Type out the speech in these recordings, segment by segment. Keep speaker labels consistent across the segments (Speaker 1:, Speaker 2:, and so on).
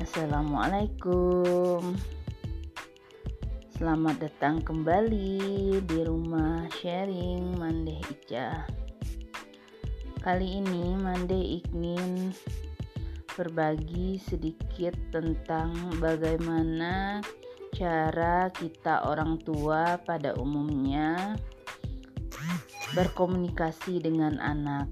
Speaker 1: Assalamualaikum. Selamat datang kembali di rumah sharing Mandeh Ica. Kali ini Mandeh ingin berbagi sedikit tentang bagaimana cara kita orang tua pada umumnya berkomunikasi dengan anak.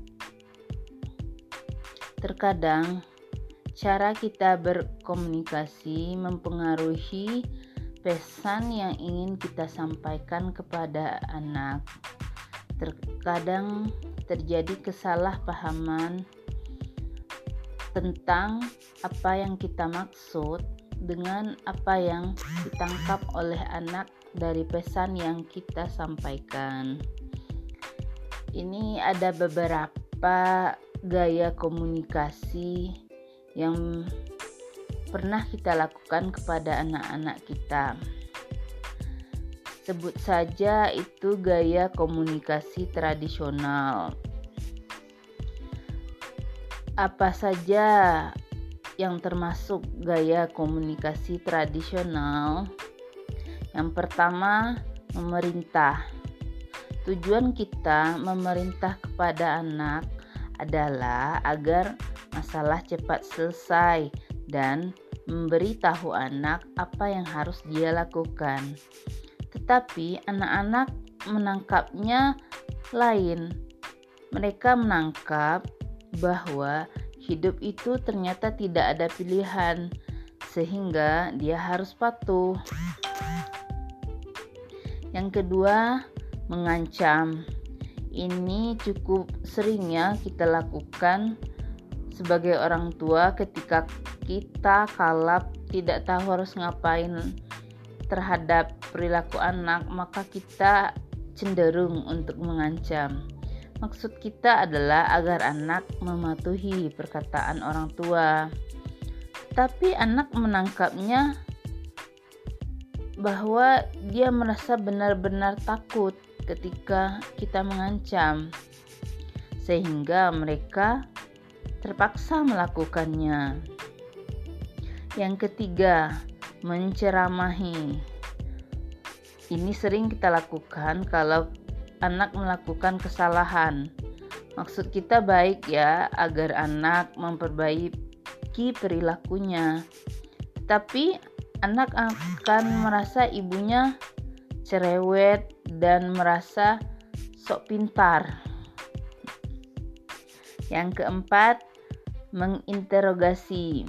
Speaker 1: Terkadang cara kita berkomunikasi mempengaruhi pesan yang ingin kita sampaikan kepada anak. Terkadang terjadi kesalahpahaman tentang apa yang kita maksud dengan apa yang ditangkap oleh anak dari pesan yang kita sampaikan. Ini ada beberapa gaya komunikasi yang pernah kita lakukan kepada anak-anak kita. Sebut saja itu gaya komunikasi tradisional. Apa saja yang termasuk gaya komunikasi tradisional? Yang pertama, memerintah. Tujuan kita memerintah kepada anak adalah agar masalah cepat selesai dan memberitahu anak apa yang harus dia lakukan. Tetapi anak-anak menangkapnya lain. Mereka menangkap bahwa hidup itu ternyata tidak ada pilihan, sehingga dia harus patuh. Yang kedua, mengancam. Ini cukup seringnya kita lakukan sebagai orang tua ketika kita kalap tidak tahu harus ngapain terhadap perilaku anak, maka kita cenderung untuk mengancam. Maksud kita adalah agar anak mematuhi perkataan orang tua. Tapi anak menangkapnya bahwa dia merasa benar-benar takut ketika kita mengancam, sehingga mereka terpaksa melakukannya. Yang ketiga, menceramahi. Ini sering kita lakukan kalau anak melakukan kesalahan. Maksud kita baik ya, agar anak memperbaiki perilakunya. Tapi anak akan merasa ibunya cerewet dan merasa sok pintar. Yang keempat, menginterogasi.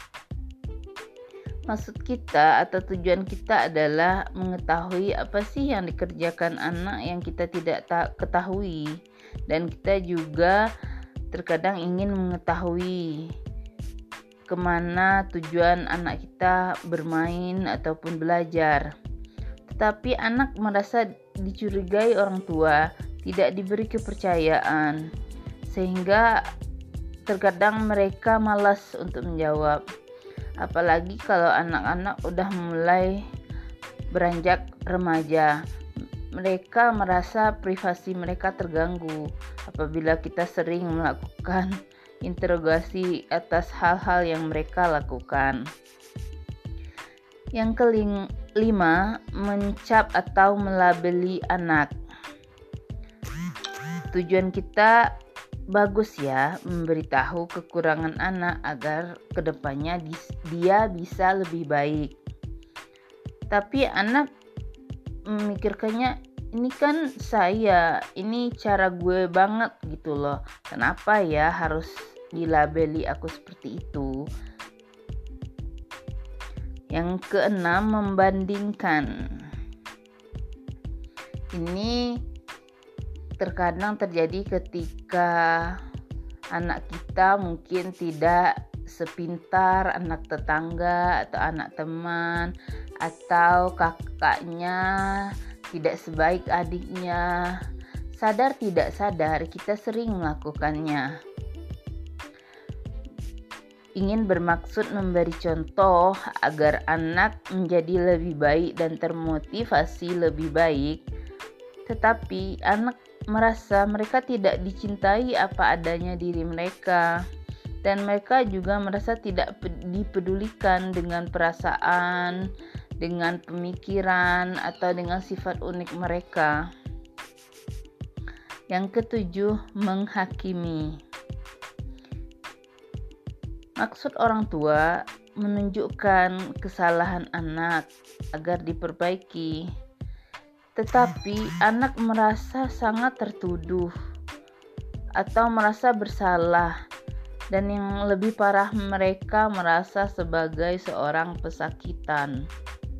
Speaker 1: Maksud kita atau tujuan kita adalah mengetahui apa sih yang dikerjakan anak yang kita tidak ketahui, dan kita juga terkadang ingin mengetahui kemana tujuan anak kita bermain ataupun belajar. Tetapi anak merasa dicurigai orang tua, tidak diberi kepercayaan, sehingga terkadang mereka malas untuk menjawab. Apalagi kalau anak-anak udah mulai beranjak remaja, mereka merasa privasi mereka terganggu apabila kita sering melakukan interogasi atas hal-hal yang mereka lakukan. Yang kelima, mencap atau melabeli anak. Tujuan kita bagus ya, memberitahu kekurangan anak agar kedepannya dia bisa lebih baik. Tapi anak memikirkannya, ini kan saya, ini cara gue banget gitu loh. Kenapa ya harus dilabeli aku seperti itu? Yang keenam, membandingkan. Ini terkadang terjadi ketika anak kita mungkin tidak sepintar anak tetangga atau anak teman, atau kakaknya tidak sebaik adiknya. Sadar tidak sadar kita sering melakukannya. Ingin bermaksud memberi contoh agar anak menjadi lebih baik dan termotivasi lebih baik. Tetapi anak merasa mereka tidak dicintai apa adanya diri mereka. dan mereka juga merasa tidak dipedulikan dengan perasaan, dengan pemikiran, atau dengan sifat unik mereka. Yang ketujuh, menghakimi. Maksud orang tua menunjukkan kesalahan anak agar diperbaiki, tetapi anak merasa sangat tertuduh atau merasa bersalah, dan yang lebih parah, mereka merasa sebagai seorang pesakitan.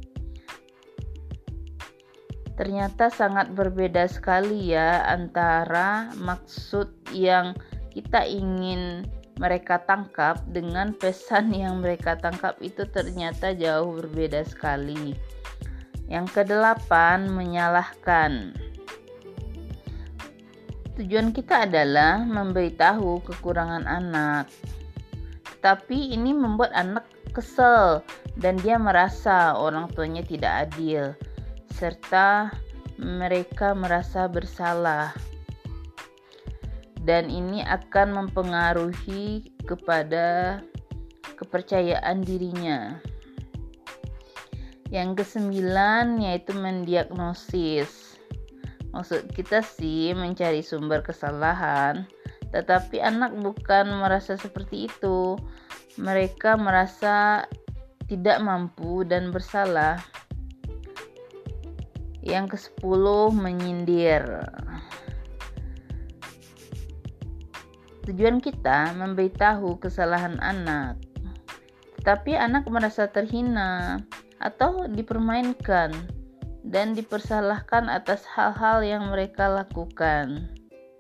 Speaker 1: Ternyata sangat berbeda sekali ya antara maksud yang kita ingin mereka tangkap dengan pesan yang mereka tangkap, itu ternyata jauh berbeda sekali. Yang kedelapan, menyalahkan. Tujuan kita adalah memberitahu kekurangan anak, tapi ini membuat anak kesal dan dia merasa orang tuanya tidak adil, serta mereka merasa bersalah. Dan ini akan mempengaruhi kepada kepercayaan dirinya. Yang kesembilan, yaitu mendiagnosis. Maksud kita sih mencari sumber kesalahan, tetapi anak bukan merasa seperti itu. Mereka merasa tidak mampu dan bersalah. Yang ke-10, menyindir. Tujuan kita memberitahu kesalahan anak, tetapi anak merasa terhina atau dipermainkan dan dipersalahkan atas hal-hal yang mereka lakukan.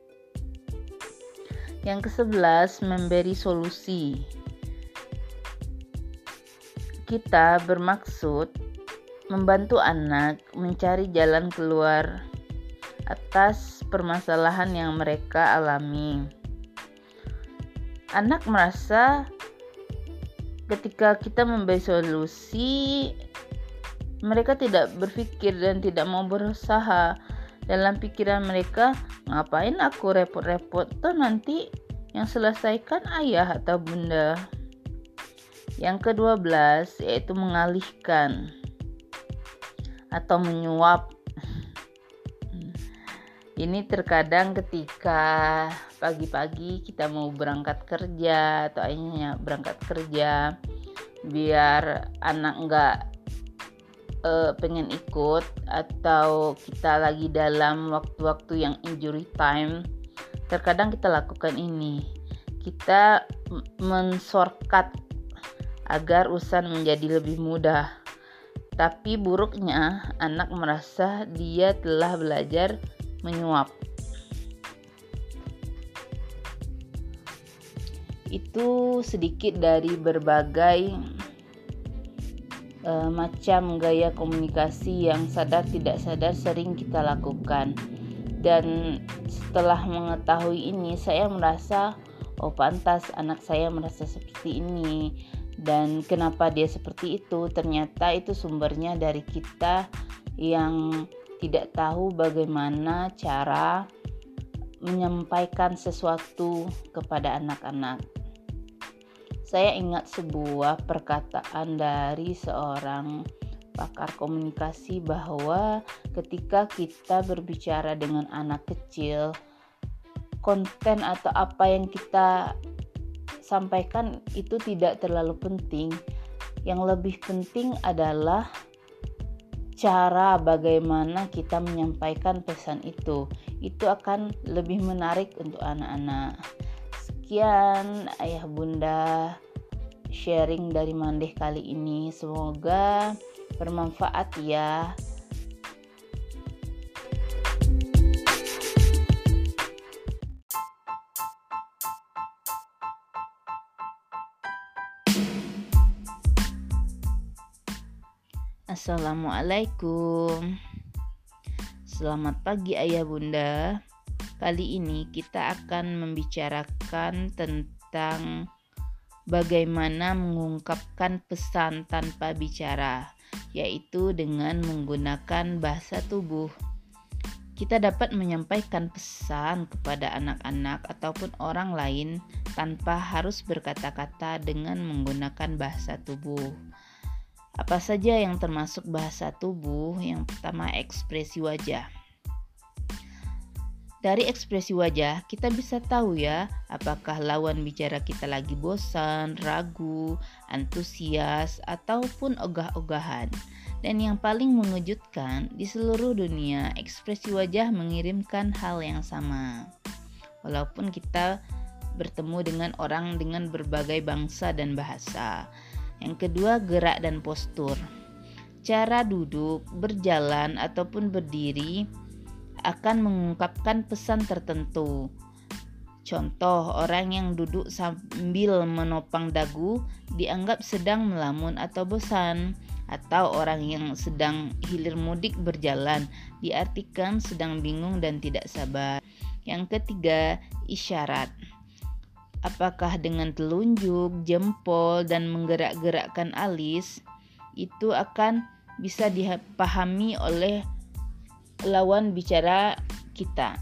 Speaker 1: Yang ke-11, memberi solusi. Kita bermaksud membantu anak mencari jalan keluar atas permasalahan yang mereka alami. Anak merasa ketika kita memberi solusi, mereka tidak berpikir dan tidak mau berusaha. Dalam pikiran mereka, ngapain aku repot-repot, toh nanti yang selesaikan ayah atau bunda. Yang ke-12, yaitu mengalihkan atau menyuap. Ini terkadang ketika pagi-pagi kita mau berangkat kerja atau ayahnya berangkat kerja, biar anak enggak pengen ikut, atau kita lagi dalam waktu-waktu yang injury time, terkadang kita lakukan ini. Kita men-shortcut agar urusan menjadi lebih mudah. Tapi buruknya, anak merasa dia telah belajar menyuap. Itu sedikit dari berbagai macam gaya komunikasi yang sadar tidak sadar sering kita lakukan. Dan setelah mengetahui ini, saya merasa, oh pantas anak saya merasa seperti ini. Dan kenapa dia seperti itu? Ternyata itu sumbernya dari kita yang tidak tahu bagaimana cara menyampaikan sesuatu kepada anak-anak. Saya ingat sebuah perkataan dari seorang pakar komunikasi bahwa ketika kita berbicara dengan anak kecil, konten atau apa yang kita sampaikan itu tidak terlalu penting. Yang lebih penting adalah cara bagaimana kita menyampaikan pesan itu. Itu akan lebih menarik untuk anak-anak. Sekian ayah bunda sharing dari Mandeh kali ini. Semoga bermanfaat ya. Assalamualaikum. Selamat pagi ayah bunda. Kali ini kita akan membicarakan tentang bagaimana mengungkapkan pesan tanpa bicara, yaitu dengan menggunakan bahasa tubuh. Kita dapat menyampaikan pesan kepada anak-anak ataupun orang lain tanpa harus berkata-kata dengan menggunakan bahasa tubuh. Apa saja yang termasuk bahasa tubuh? Yang pertama, ekspresi wajah. Dari ekspresi wajah kita bisa tahu ya, apakah lawan bicara kita lagi bosan, ragu, antusias, ataupun ogah-ogahan. Dan yang paling mengejutkan, di seluruh dunia ekspresi wajah mengirimkan hal yang sama. Walaupun kita bertemu dengan orang dengan berbagai bangsa dan bahasa. Yang kedua, gerak dan postur. Cara duduk, berjalan, ataupun berdiri akan mengungkapkan pesan tertentu. Contoh, orang yang duduk sambil menopang dagu dianggap sedang melamun atau bosan. Atau orang yang sedang hilir mudik berjalan diartikan sedang bingung dan tidak sabar. Yang ketiga, isyarat. Apakah dengan telunjuk, jempol, dan menggerak-gerakkan alis, itu akan bisa dipahami oleh lawan bicara kita.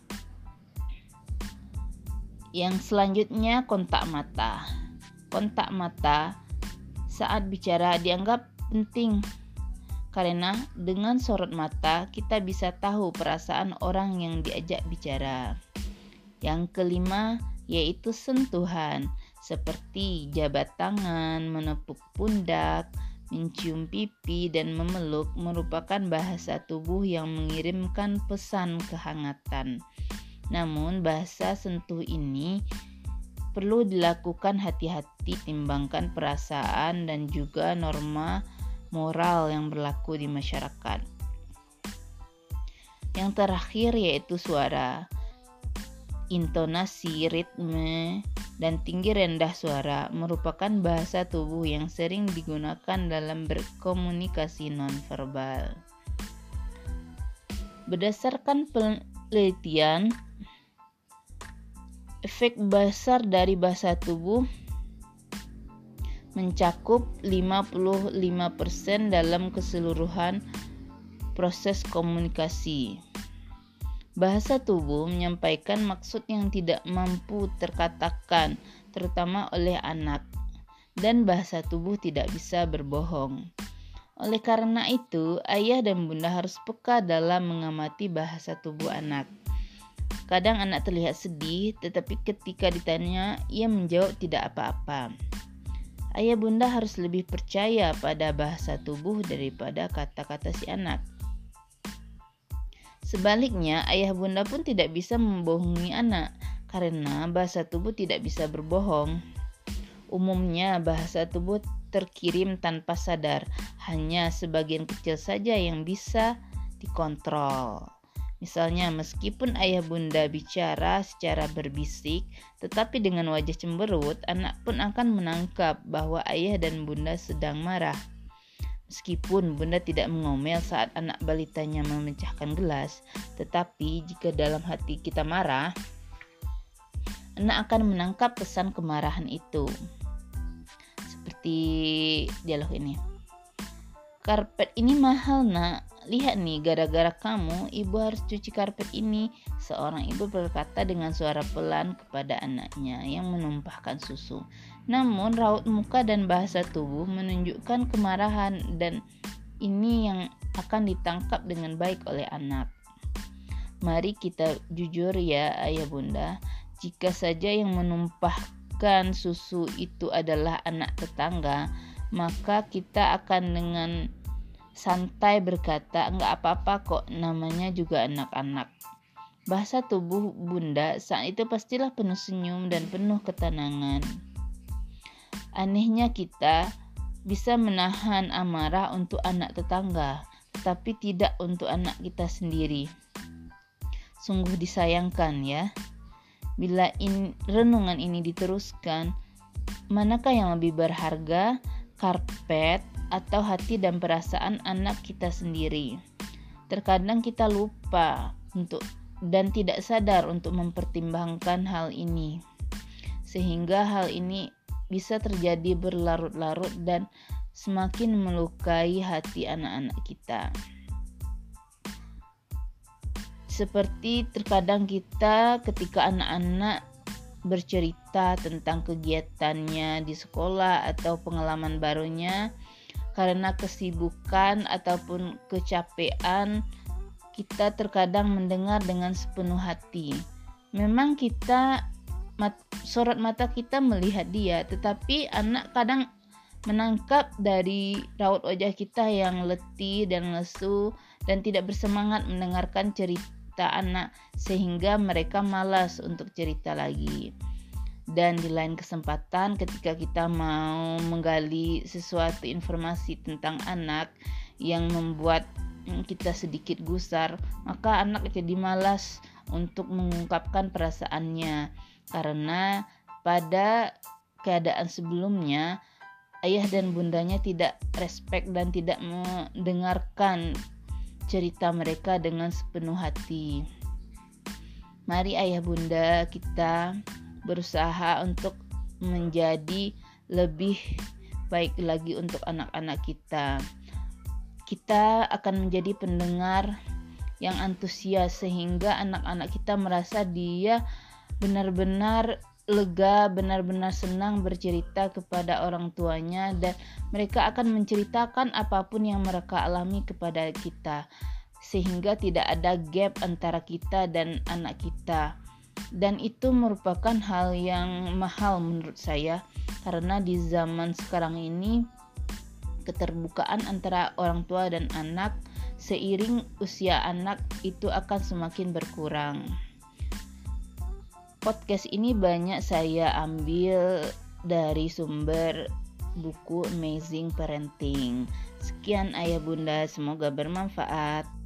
Speaker 1: Yang selanjutnya, kontak mata. Kontak mata saat bicara dianggap penting karena dengan sorot mata kita bisa tahu perasaan orang yang diajak bicara. Yang kelima, yaitu sentuhan, seperti jabat tangan, menepuk pundak, mencium pipi, dan memeluk merupakan bahasa tubuh yang mengirimkan pesan kehangatan. Namun bahasa sentuh ini perlu dilakukan hati-hati, timbangkan perasaan dan juga norma moral yang berlaku di masyarakat. Yang terakhir yaitu suara. Intonasi, ritme, dan tinggi rendah suara merupakan bahasa tubuh yang sering digunakan dalam berkomunikasi nonverbal. Berdasarkan penelitian, efek besar dari bahasa tubuh mencakup 55% dalam keseluruhan proses komunikasi. Bahasa tubuh menyampaikan maksud yang tidak mampu terkatakan, terutama oleh anak, dan bahasa tubuh tidak bisa berbohong. Oleh karena itu, ayah dan bunda harus peka dalam mengamati bahasa tubuh anak. Kadang anak terlihat sedih, tetapi ketika ditanya, ia menjawab tidak apa-apa. Ayah bunda harus lebih percaya pada bahasa tubuh daripada kata-kata si anak. Sebaliknya, ayah bunda pun tidak bisa membohongi anak karena bahasa tubuh tidak bisa berbohong. Umumnya, bahasa tubuh terkirim tanpa sadar, hanya sebagian kecil saja yang bisa dikontrol. Misalnya, meskipun ayah bunda bicara secara berbisik, tetapi dengan wajah cemberut, anak pun akan menangkap bahwa ayah dan bunda sedang marah. Meskipun bunda tidak mengomel saat anak balitanya memecahkan gelas, tetapi jika dalam hati kita marah, anak akan menangkap pesan kemarahan itu. Seperti dialog ini. Karpet ini mahal nak, lihat nih gara-gara kamu ibu harus cuci karpet ini. Seorang ibu berkata dengan suara pelan kepada anaknya yang menumpahkan susu. Namun raut muka dan bahasa tubuh menunjukkan kemarahan dan ini yang akan ditangkap dengan baik oleh anak. Mari kita jujur ya ayah bunda, jika saja yang menumpahkan susu itu adalah anak tetangga, maka kita akan dengan santai berkata, enggak apa-apa kok, namanya juga anak-anak. Bahasa tubuh bunda saat itu pastilah penuh senyum dan penuh ketenangan. Anehnya kita bisa menahan amarah untuk anak tetangga, tetapi tidak untuk anak kita sendiri. Sungguh disayangkan ya. Bila renungan ini diteruskan, manakah yang lebih berharga, karpet atau hati dan perasaan anak kita sendiri? Terkadang kita lupa dan tidak sadar untuk mempertimbangkan hal ini, sehingga hal ini bisa terjadi berlarut-larut dan semakin melukai hati anak-anak kita. Seperti terkadang kita ketika anak-anak bercerita tentang kegiatannya di sekolah atau pengalaman barunya. Karena kesibukan ataupun kecapean, kita terkadang mendengar dengan sepenuh hati. Memang sorot mata kita melihat dia, tetapi anak kadang menangkap dari raut wajah kita yang letih dan lesu dan tidak bersemangat mendengarkan cerita anak, sehingga mereka malas untuk cerita lagi. Dan di lain kesempatan, ketika kita mau menggali sesuatu informasi tentang anak yang membuat kita sedikit gusar, maka anak jadi malas untuk mengungkapkan perasaannya, karena pada keadaan sebelumnya ayah dan bundanya tidak respect dan tidak mendengarkan cerita mereka dengan sepenuh hati. Mari ayah bunda kita berusaha untuk menjadi lebih baik lagi untuk anak-anak kita. Kita akan menjadi pendengar yang antusias sehingga anak-anak kita merasa dia benar-benar lega, benar-benar senang bercerita kepada orang tuanya, dan mereka akan menceritakan apapun yang mereka alami kepada kita, sehingga tidak ada gap antara kita dan anak kita. Dan itu merupakan hal yang mahal menurut saya, karena di zaman sekarang ini keterbukaan antara orang tua dan anak seiring usia anak itu akan semakin berkurang. Podcast ini banyak saya ambil dari sumber buku Amazing Parenting. Sekian ayah bunda, semoga bermanfaat.